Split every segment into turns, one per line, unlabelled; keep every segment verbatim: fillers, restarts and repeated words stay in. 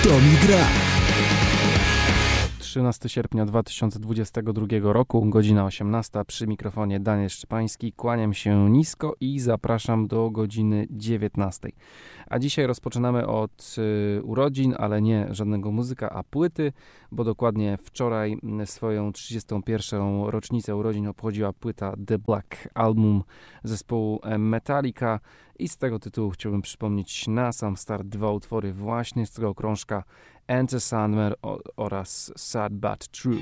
Kto mi gra?
trzynastego sierpnia dwa tysiące dwudziestego drugiego roku, godzina osiemnasta, przy mikrofonie Daniel Szczepański. Kłaniam się nisko i zapraszam do godziny dziewiętnastej. A dzisiaj rozpoczynamy od y, urodzin, ale nie żadnego muzyka, a płyty, bo dokładnie wczoraj swoją trzydziestą pierwszą rocznicę urodzin obchodziła płyta The Black Album zespołu Metallica i z tego tytułu chciałbym przypomnieć na sam start dwa utwory właśnie z tego krążka: Enter Sandman oraz Sad But True.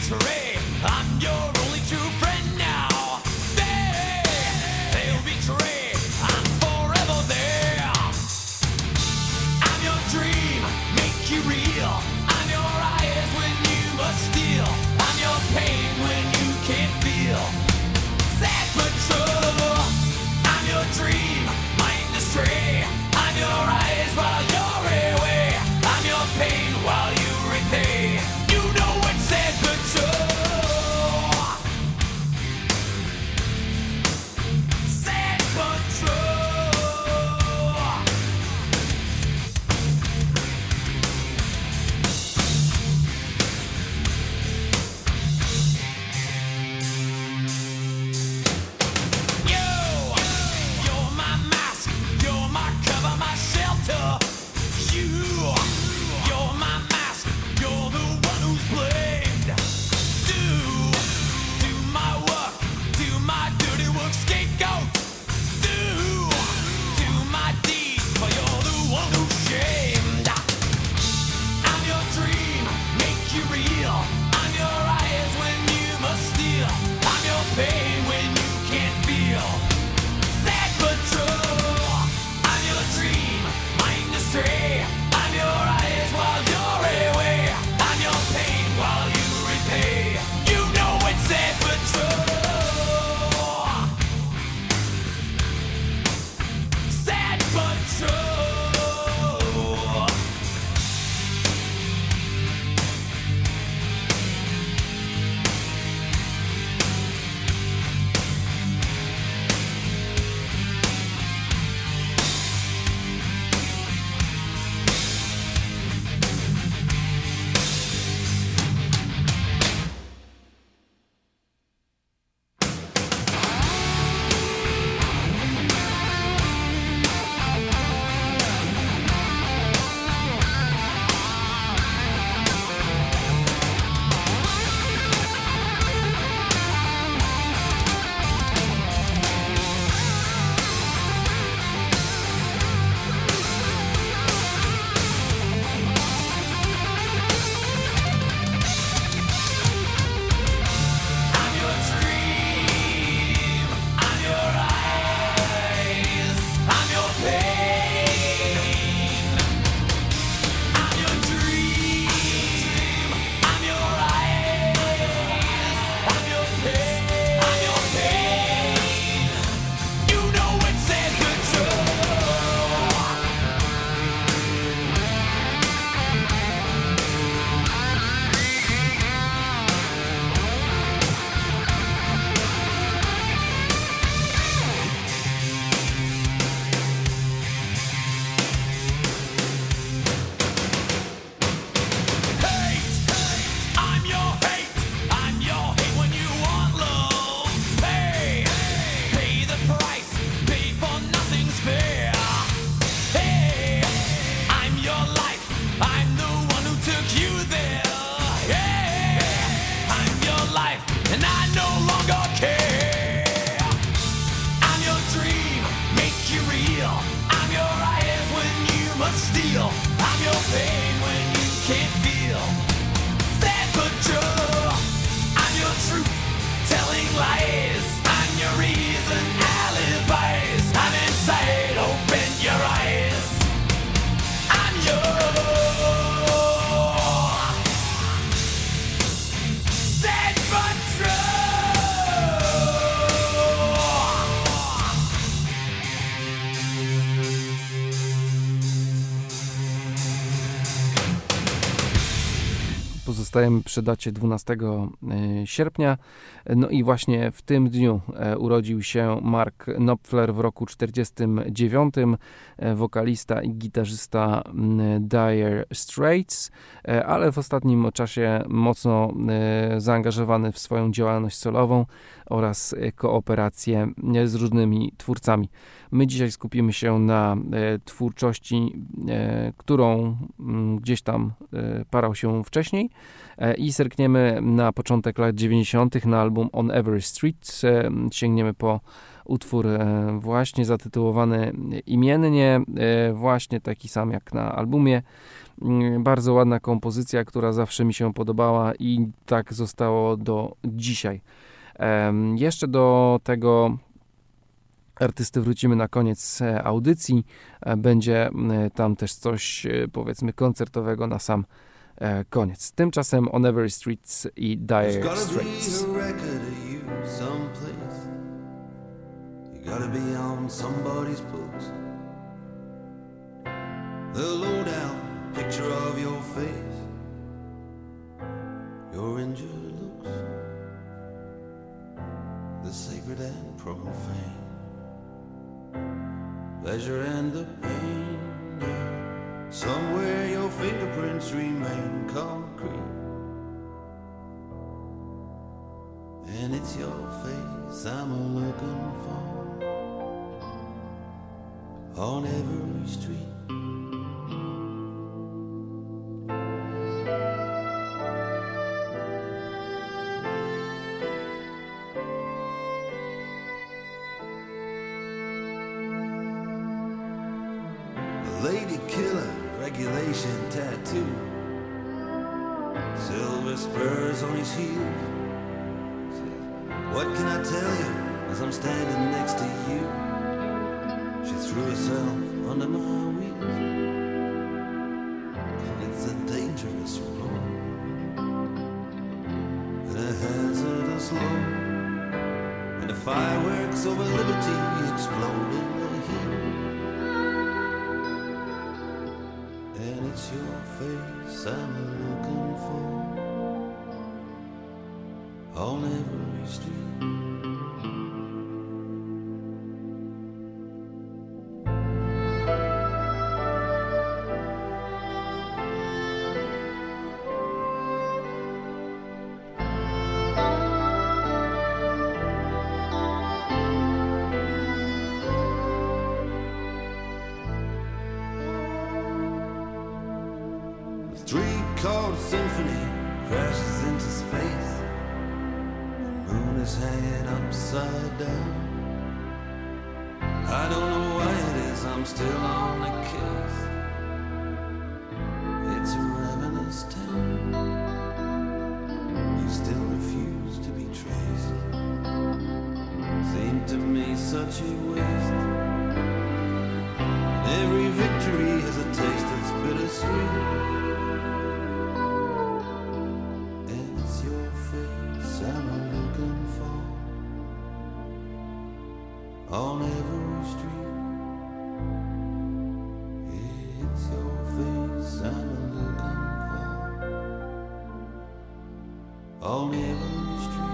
betray. I'm your only true friend now. They, they'll betray. I'm forever there. I'm your dream, make you real. I'm your eyes when you must steal. I'm your pain when you can't feel. Sad but true. I'm your dream, mind astray. I'm your eyes while you're away. I'm your pain while you repay. You know what's sad but true. Sad but true. You, you're my mask, you're my cover, my shelter. You, you're my mask, you're the one who's blamed. Do, do my work, do my dirty work, scapegoat. Do, do my deeds, but you're the one who's shamed. I'm your dream, make you real. I'm your eyes when you must steal. I'm your pain when you can't feel. Sad but true. I'm your dream, mind astray. I'm your eyes while you're away. I'm your pain while you repay. You know it's sad but true. Sad but true. I'm your dream, I'm your eyes, I'm your pain. I'm your dream, I'm your eyes, I'm your pain, I'm your pain. You know it's sad but true. Hate, I'm your hate. I'm your hate when you want love. Pay, pay the price. Pay for nothing's fair. Hey, I'm your life. I'm the one who took you there. Hey, I'm your life, and I no longer care. I'm your dream, make you real. I'm your eyes when you must steal. I'm your pain when you can't feel. Sad but true. I'm your truth, telling lies. I'm your reason, alibis. I'm inside, open your eyes. I'm your sad but true.
Pozostajemy przy dacie dwunastego sierpnia. No i właśnie w tym dniu urodził się Mark Knopfler w roku czterdziestym dziewiątym, wokalista i gitarzysta Dire Straits, ale w ostatnim czasie mocno zaangażowany w swoją działalność solową oraz kooperację z różnymi twórcami. My dzisiaj skupimy się na twórczości, którą gdzieś tam parał się wcześniej, i zerkniemy na początek lat dziewięćdziesiątych na album On Every Street. Sięgniemy po utwór e, właśnie zatytułowany imiennie, e, właśnie taki sam jak na albumie. E, bardzo ładna kompozycja, która zawsze mi się podobała i tak zostało do dzisiaj. E, jeszcze do tego artysty wrócimy na koniec audycji. Będzie tam też coś, powiedzmy, koncertowego na sam koniec. Tymczasem On Every Street i Dire Straits.
You gotta be on somebody's books. The low-down picture of your face, your injured looks, the sacred and profane, pleasure and the pain, yeah. Somewhere your fingerprints remain concrete, and it's your face I'm a-looking for on every street. Lady killer, regulation tattoo, silver spurs on his heels. What can I tell you as I'm standing next to you? She threw herself under my wheels. It's a dangerous road and a hazardous load, and the fireworks over liberty explode in the heat. And it's your face I'm looking for on every street. Three-chord symphony crashes into space. The moon is hanging upside down. I don't know why it is I'm still on the case. It's a ravenous town. You still refuse to be traced. Seemed to me such a waste. Every victory has a taste that's bittersweet. On every street, it's your face I'm looking for. On every street.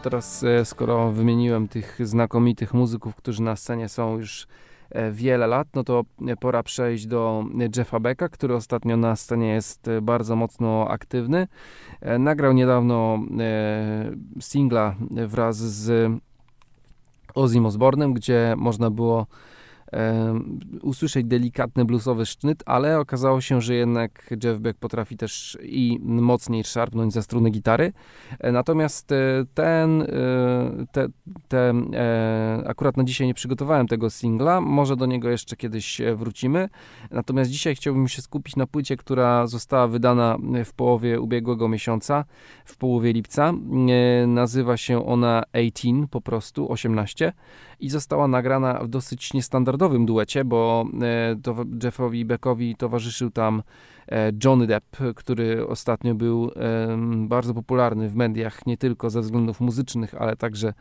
teraz, skoro wymieniłem tych znakomitych muzyków, którzy na scenie są już wiele lat, no to pora przejść do Jeffa Becka, który ostatnio na scenie jest bardzo mocno aktywny. Nagrał niedawno singla wraz z Ozzym Osbournem, gdzie można było usłyszeć delikatny bluesowy sznyt, ale okazało się, że jednak Jeff Beck potrafi też i mocniej szarpnąć za struny gitary. Natomiast ten, te, te, akurat na dzisiaj nie przygotowałem tego singla, może do niego jeszcze kiedyś wrócimy. Natomiast dzisiaj chciałbym się skupić na płycie, która została wydana w połowie ubiegłego miesiąca, w połowie lipca. Nazywa się ona osiemnaście, po prostu osiemnaście. I została nagrana w dosyć niestandardowym duecie, bo to Jeffowi Beckowi towarzyszył tam Johnny Depp, który ostatnio był bardzo popularny w mediach, nie tylko ze względów muzycznych, ale także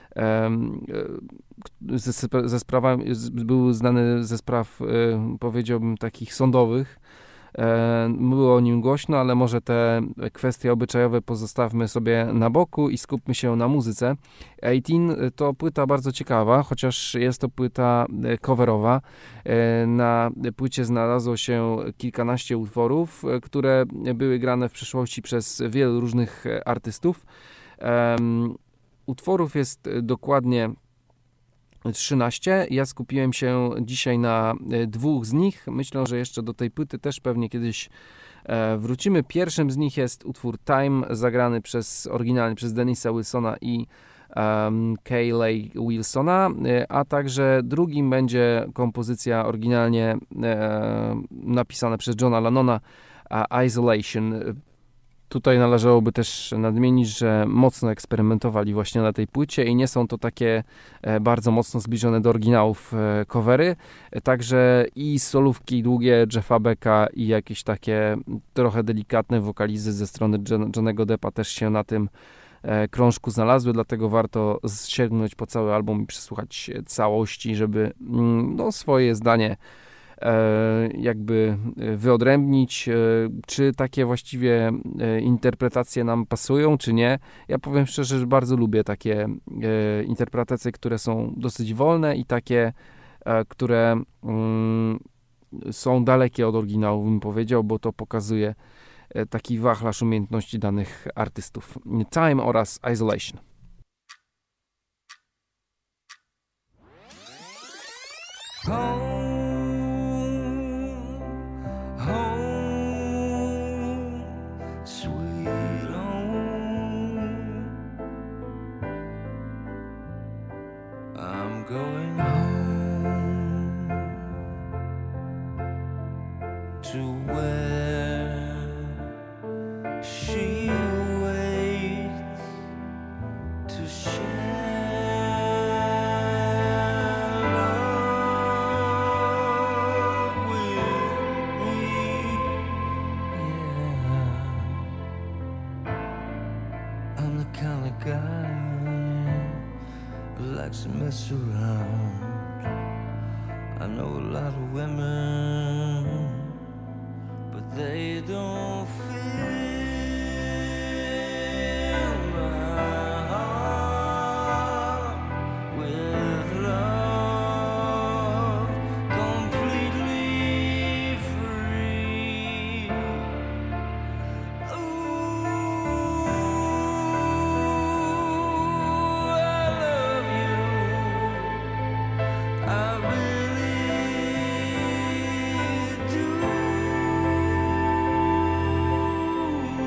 ze, ze sprawami, był znany ze spraw, powiedziałbym, takich sądowych. Było o nim głośno, ale może te kwestie obyczajowe pozostawmy sobie na boku i skupmy się na muzyce. osiemnaście to płyta bardzo ciekawa, chociaż jest to płyta coverowa. Na płycie znalazło się kilkanaście utworów, które były grane w przeszłości przez wielu różnych artystów. Utworów jest dokładnie trzynaście. Ja skupiłem się dzisiaj na dwóch z nich. Myślę, że jeszcze do tej płyty też pewnie kiedyś wrócimy. Pierwszym z nich jest utwór Time, zagrany przez oryginalnie przez Denisa Wilsona i um, Kayley Wilsona, a także drugim będzie kompozycja oryginalnie e, napisana przez Johna Lannona, Isolation. Tutaj należałoby też nadmienić, że mocno eksperymentowali właśnie na tej płycie i nie są to takie bardzo mocno zbliżone do oryginałów covery. Także i solówki długie Jeffa Becka i jakieś takie trochę delikatne wokalizy ze strony John, Johnnego Deppa też się na tym krążku znalazły, dlatego warto sięgnąć po cały album i przesłuchać całości, żeby no, swoje zdanie jakby wyodrębnić, czy takie właściwie interpretacje nam pasują, czy nie. Ja powiem szczerze, że bardzo lubię takie interpretacje, które są dosyć wolne i takie, które są dalekie od oryginału, bym powiedział, bo to pokazuje taki wachlarz umiejętności danych artystów. Time oraz Isolation.
Mess around. I know a lot of women, but they don't feel my heart with love completely free. Ooh,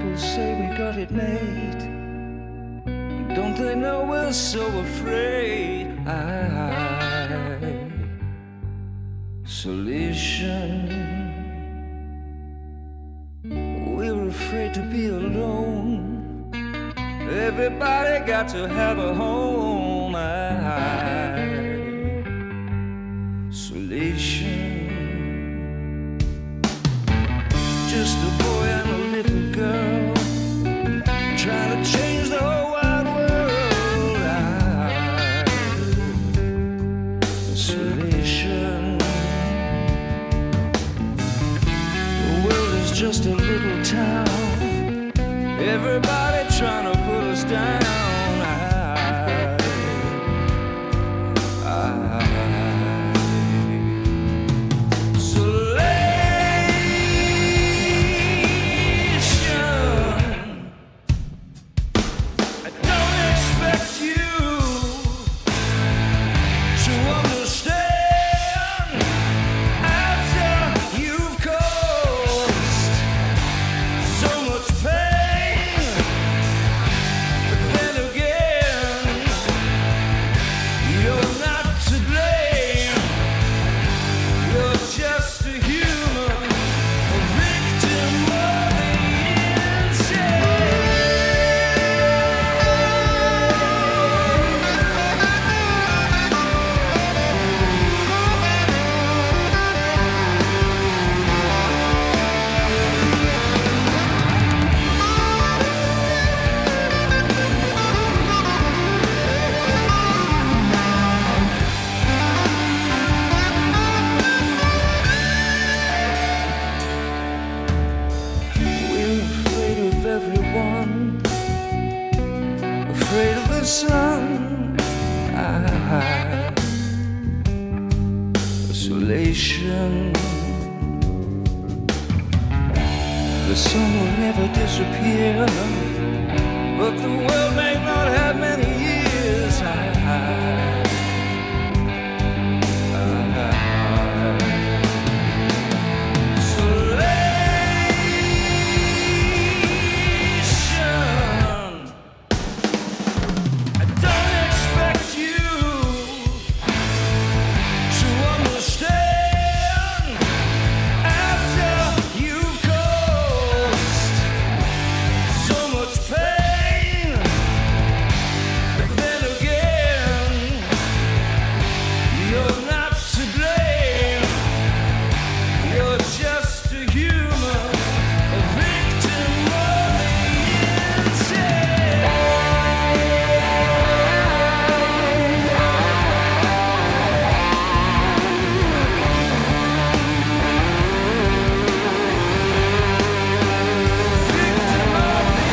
People say we got it made. Don't they know we're so afraid? Isolation. We're afraid to be alone. Everybody got to have a home. Isolation. Just a boy and a little girl trying to change the whole wide world. Isolation. The world is just a little town. Everybody trying to put us down. Isolation. The sun will never disappear, but the world may not have many years. I, I, I, isolation. I don't expect you to understand after you've caused so much pain. But then again, you're not to blame. You're just a human, a victim of the insane. Victim of the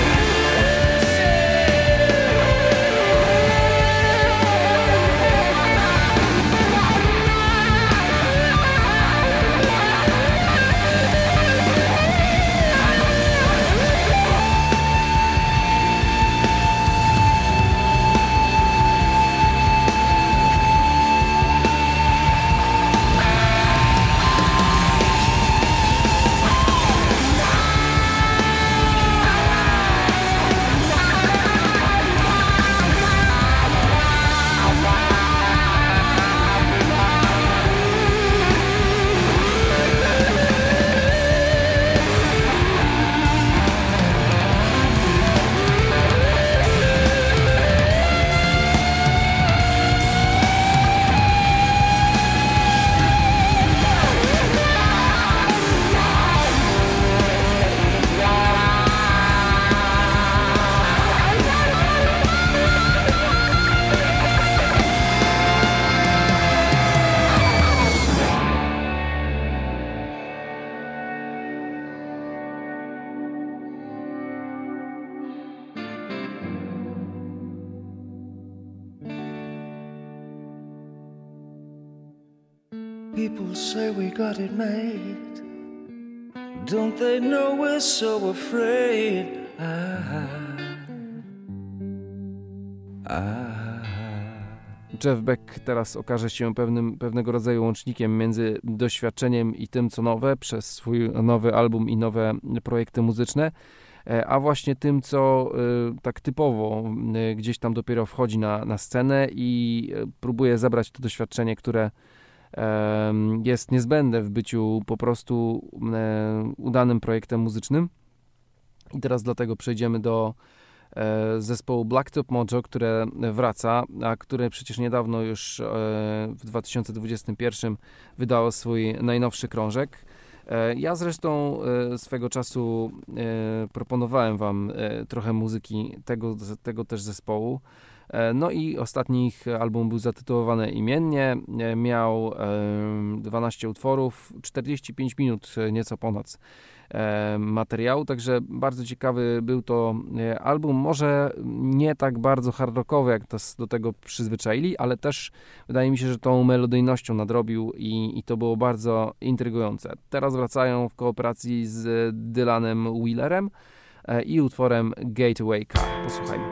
People say we got it made. Don't they know we're so afraid? Ah, ah.
Jeff Beck teraz okaże się pewnym, pewnego rodzaju łącznikiem między doświadczeniem i tym, co nowe, przez swój nowy album i nowe projekty muzyczne. a właśnie tym, co tak typowo gdzieś tam dopiero wchodzi na, na scenę i próbuje zebrać to doświadczenie, które jest niezbędne w byciu po prostu udanym projektem muzycznym. I teraz dlatego przejdziemy do zespołu Blacktop Mojo, które wraca, a które przecież niedawno już w dwa tysiące dwudziestym pierwszym wydało swój najnowszy krążek. Ja zresztą swego czasu proponowałem wam trochę muzyki tego, tego też zespołu. No i ostatni ich album był zatytułowany imiennie, miał dwanaście utworów, czterdzieści pięć minut, nieco ponad materiału, także bardzo ciekawy był to album, może nie tak bardzo hard rockowy, jak to do tego przyzwyczaili, ale też wydaje mi się, że tą melodyjnością nadrobił i, i to było bardzo intrygujące. Teraz wracają w kooperacji z Dylanem Wheelerem i utworem Gateway Car. Posłuchajmy.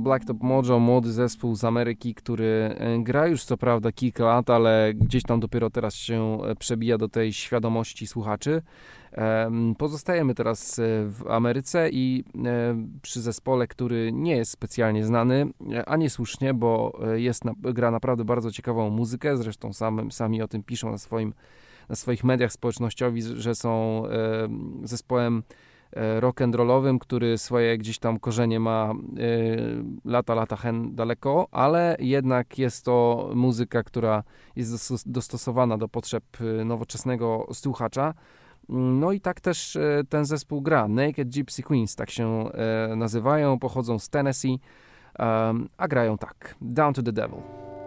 Blacktop Mojo, młody zespół z Ameryki, który gra już co prawda kilka lat, ale gdzieś tam dopiero teraz się przebija do tej świadomości słuchaczy. Pozostajemy teraz w Ameryce i przy zespole, który nie jest specjalnie znany, a niesłusznie, bo jest, gra naprawdę bardzo ciekawą muzykę, zresztą sami, sami o tym piszą na, swoim, na swoich mediach społecznościowych, że są zespołem rock'n'rollowym, który swoje gdzieś tam korzenie ma lata, lata hen daleko, ale jednak jest to muzyka, która jest dostosowana do potrzeb nowoczesnego słuchacza. No i tak też ten zespół gra. Naked Gypsy Queens, tak się nazywają, pochodzą z Tennessee, a grają tak. Down to the Devil.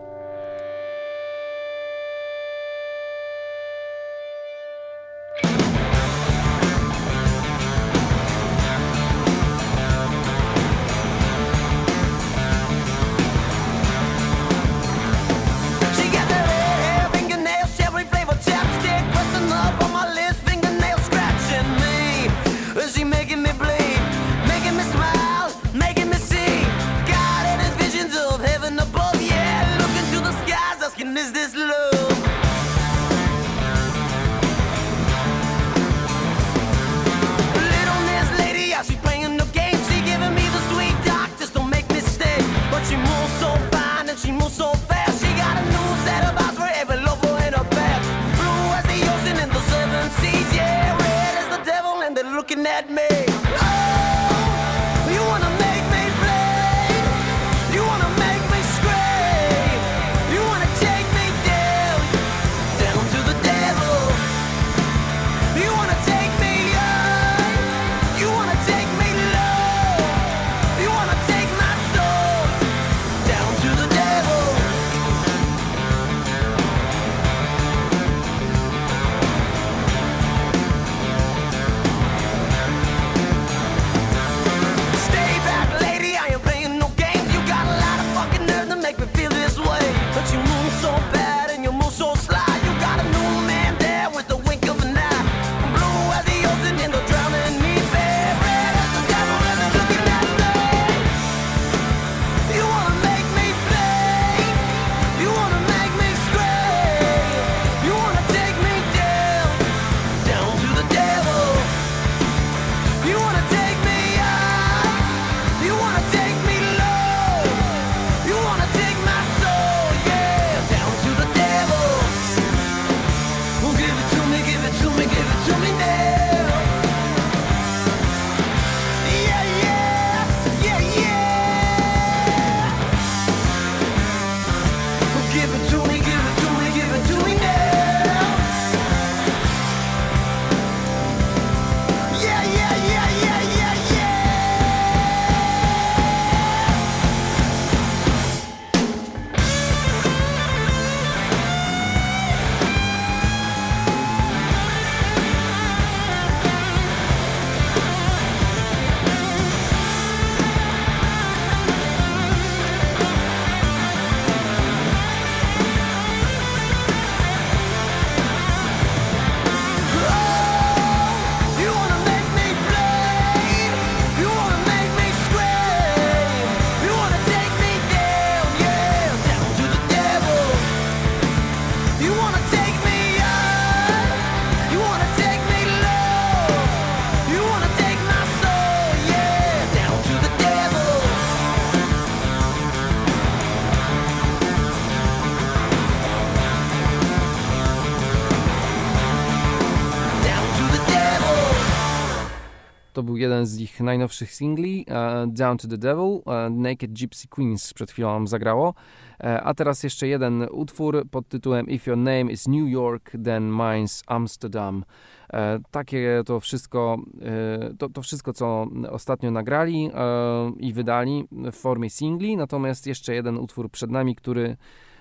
To był jeden z ich najnowszych singli, uh, Down to the Devil, uh, Naked Gypsy Queens przed chwilą nam zagrało. Uh, a teraz jeszcze jeden utwór pod tytułem If Your Name is New York, Then Mine's Amsterdam. Uh, takie to wszystko, uh, to, to wszystko, co ostatnio nagrali uh, i wydali w formie singli, natomiast jeszcze jeden utwór przed nami, który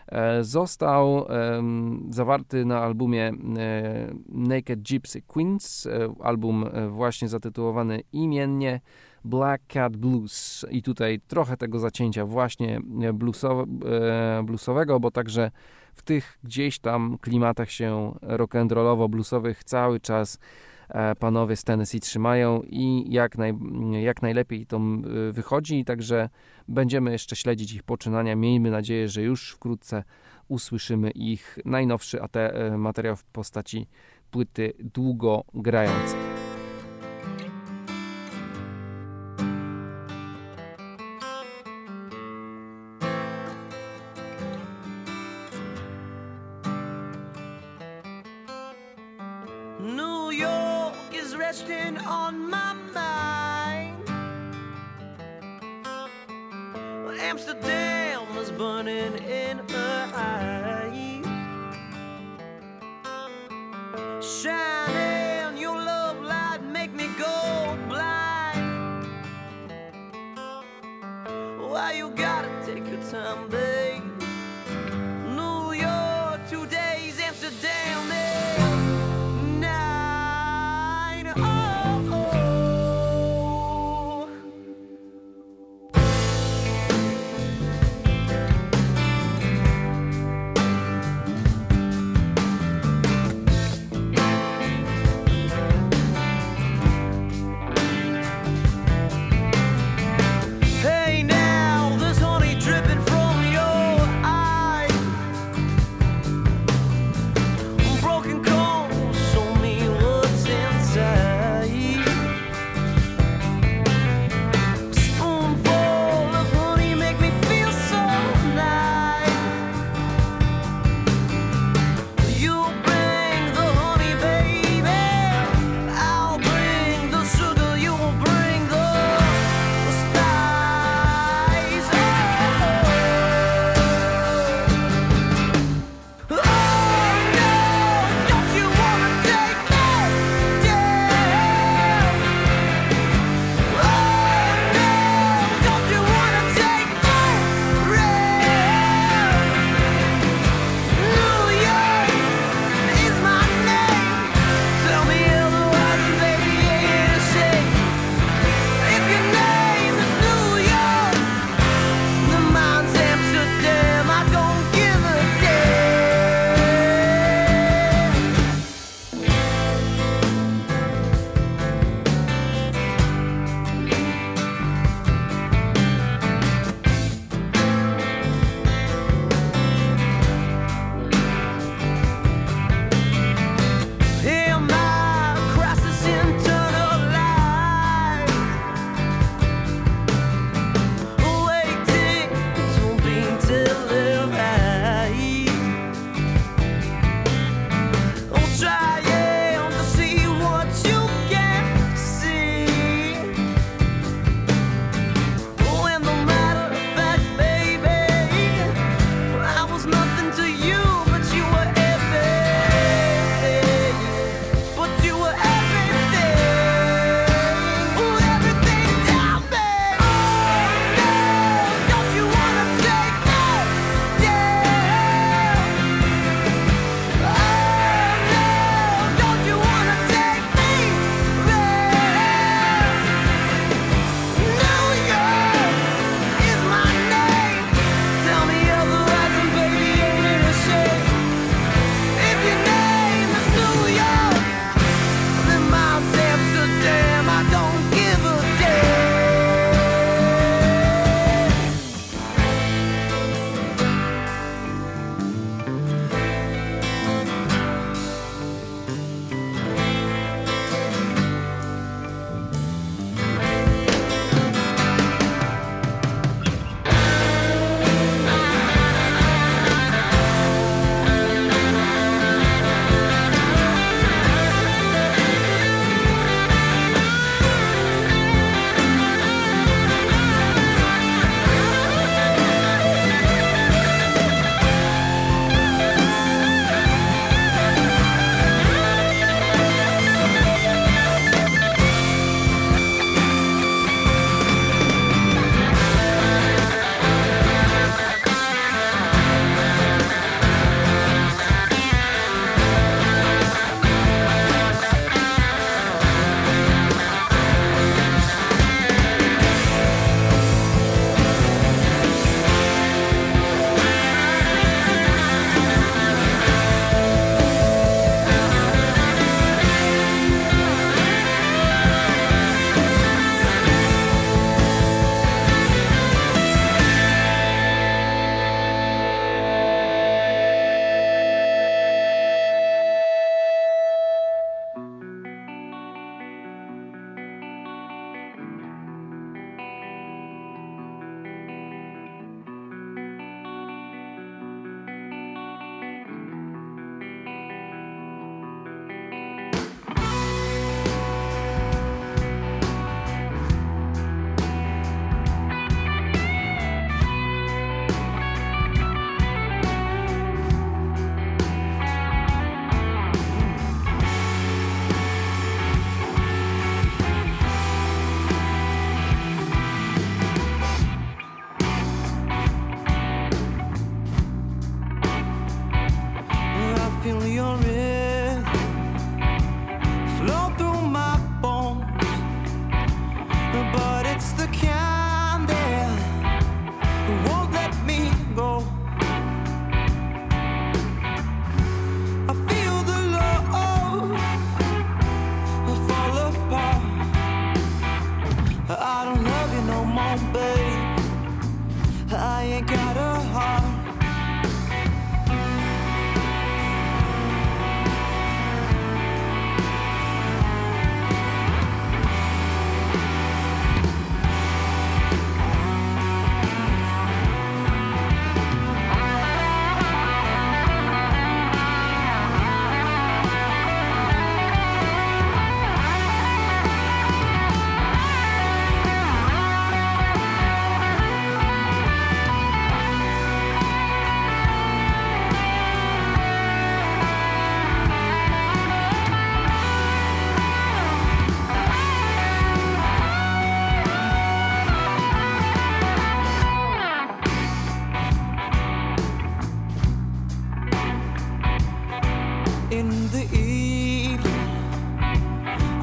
został um, zawarty na albumie e, Naked Gypsy Queens, e, album e, właśnie zatytułowany imiennie Black Cat Blues i tutaj trochę tego zacięcia właśnie bluesowe, e, bluesowego, bo także w tych gdzieś tam klimatach się rock'n'rollowo-bluesowych cały czas e, panowie z Tennessee trzymają i jak, naj, jak najlepiej to y, wychodzi, także będziemy jeszcze śledzić ich poczynania. Miejmy nadzieję, że już wkrótce usłyszymy ich najnowszy A T e, materiał w postaci płyty długo grającej.
New York is resting on my mind. Amsterdam is burning in her eye. Shining your love light make me go blind. Why you gotta take your time, babe? New York, two days, Amsterdam, babe. Hey now, there's honey dripping from your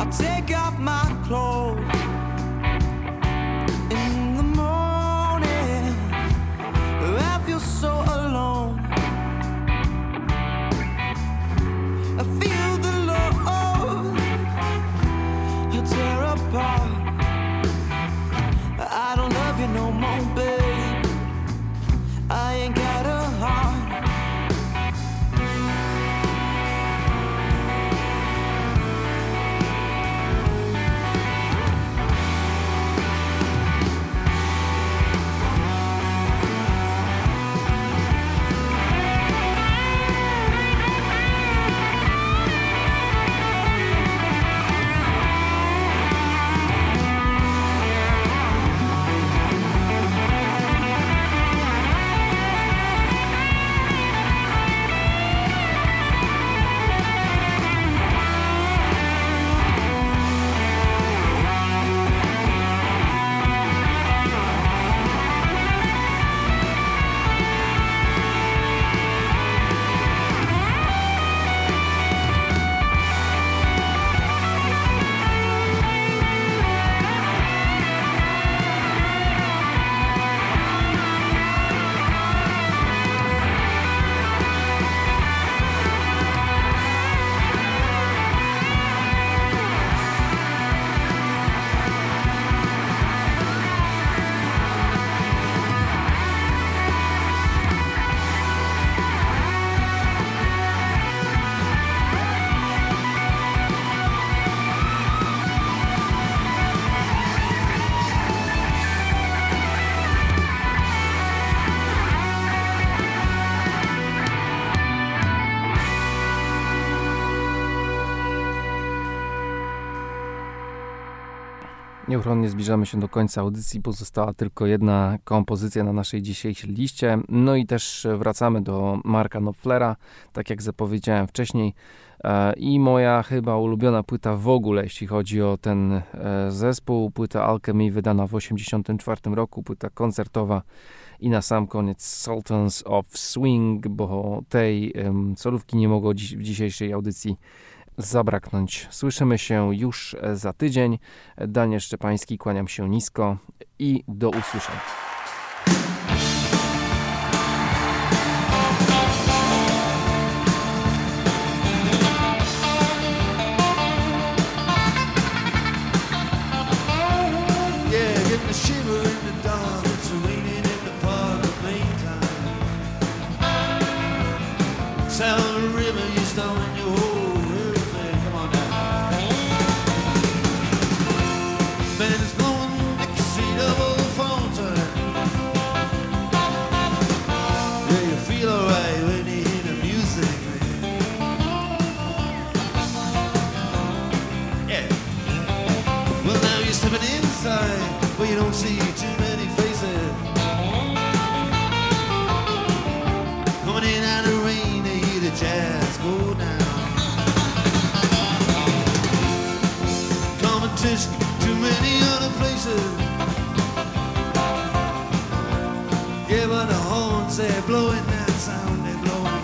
I'll take off my clothes in the morning. I feel so alone. I feel the love tear apart. I don't love you no more, babe. I ain't got a heart.
Nieuchronnie zbliżamy się do końca audycji. Pozostała tylko jedna kompozycja na naszej dzisiejszej liście. No i też wracamy do Marka Knopflera, tak jak zapowiedziałem wcześniej. I moja chyba ulubiona płyta w ogóle, jeśli chodzi o ten zespół. Płyta Alchemy, wydana w osiemdziesiątym czwartym roku. Płyta koncertowa. I na sam koniec Sultans of Swing, bo tej um, solówki nie mogło dziś, w dzisiejszej audycji zabraknąć. Słyszymy się już za tydzień. Daniel Szczepański, kłaniam się nisko i do usłyszenia.
Well, you don't see too many faces coming in out of the rain to hear the jazz go down. Competition, too many other places. Yeah, but the horns, they're blowing that sound, they're blowing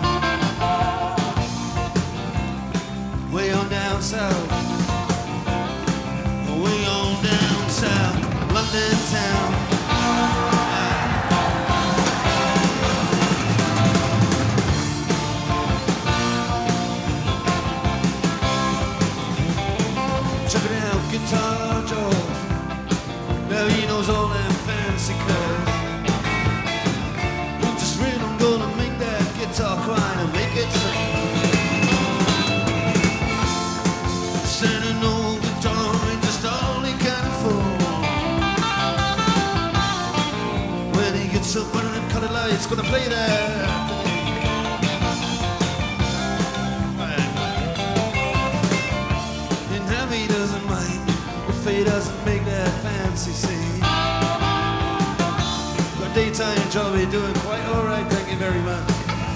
way on down south, way on down south. London town. Check it out, Guitar Joe. Now he knows all them fancy curves. Just rhythm gonna make that guitar cry and make it sing. Send an old guitar and just all he can afford. Up under them colored lights, gonna play that. And Heavy doesn't mind if he doesn't make that fancy scene. But daytime job, you're doing quite alright, thank you very much.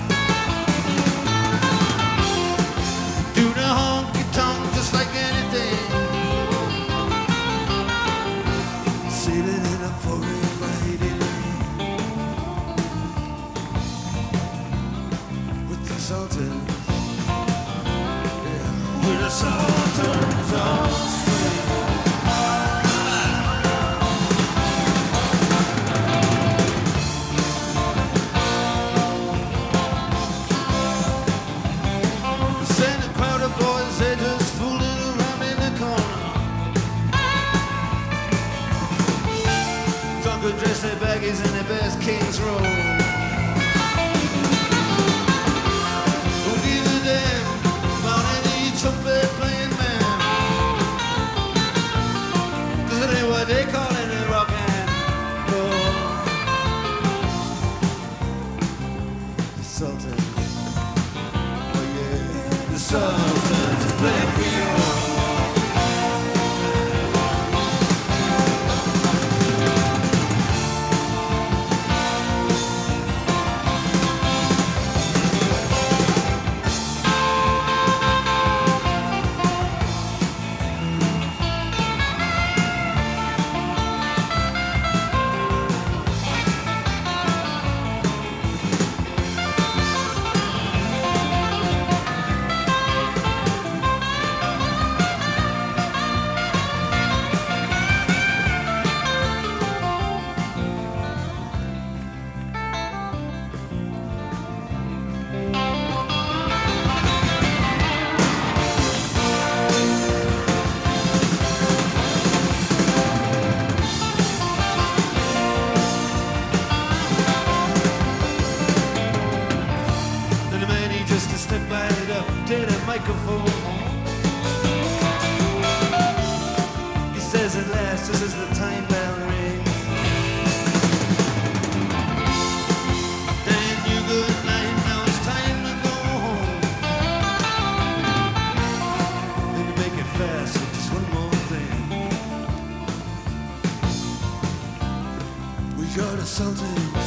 Do the honky tonk just like anything. Sailing in a foggy Friday night. Sultans, yeah, we're the Sultans of best their baggies and their best King's Road. Don't give a damn about any trumpet playing man, 'cause it ain't what they call it in rock and roll. The Sultans, oh yeah, the Sultans play Creole. He says at last, just as the time bell rings, "Dan, you good night, now it's time to go home." Then you make it fast with just one more thing. We got a Sultan.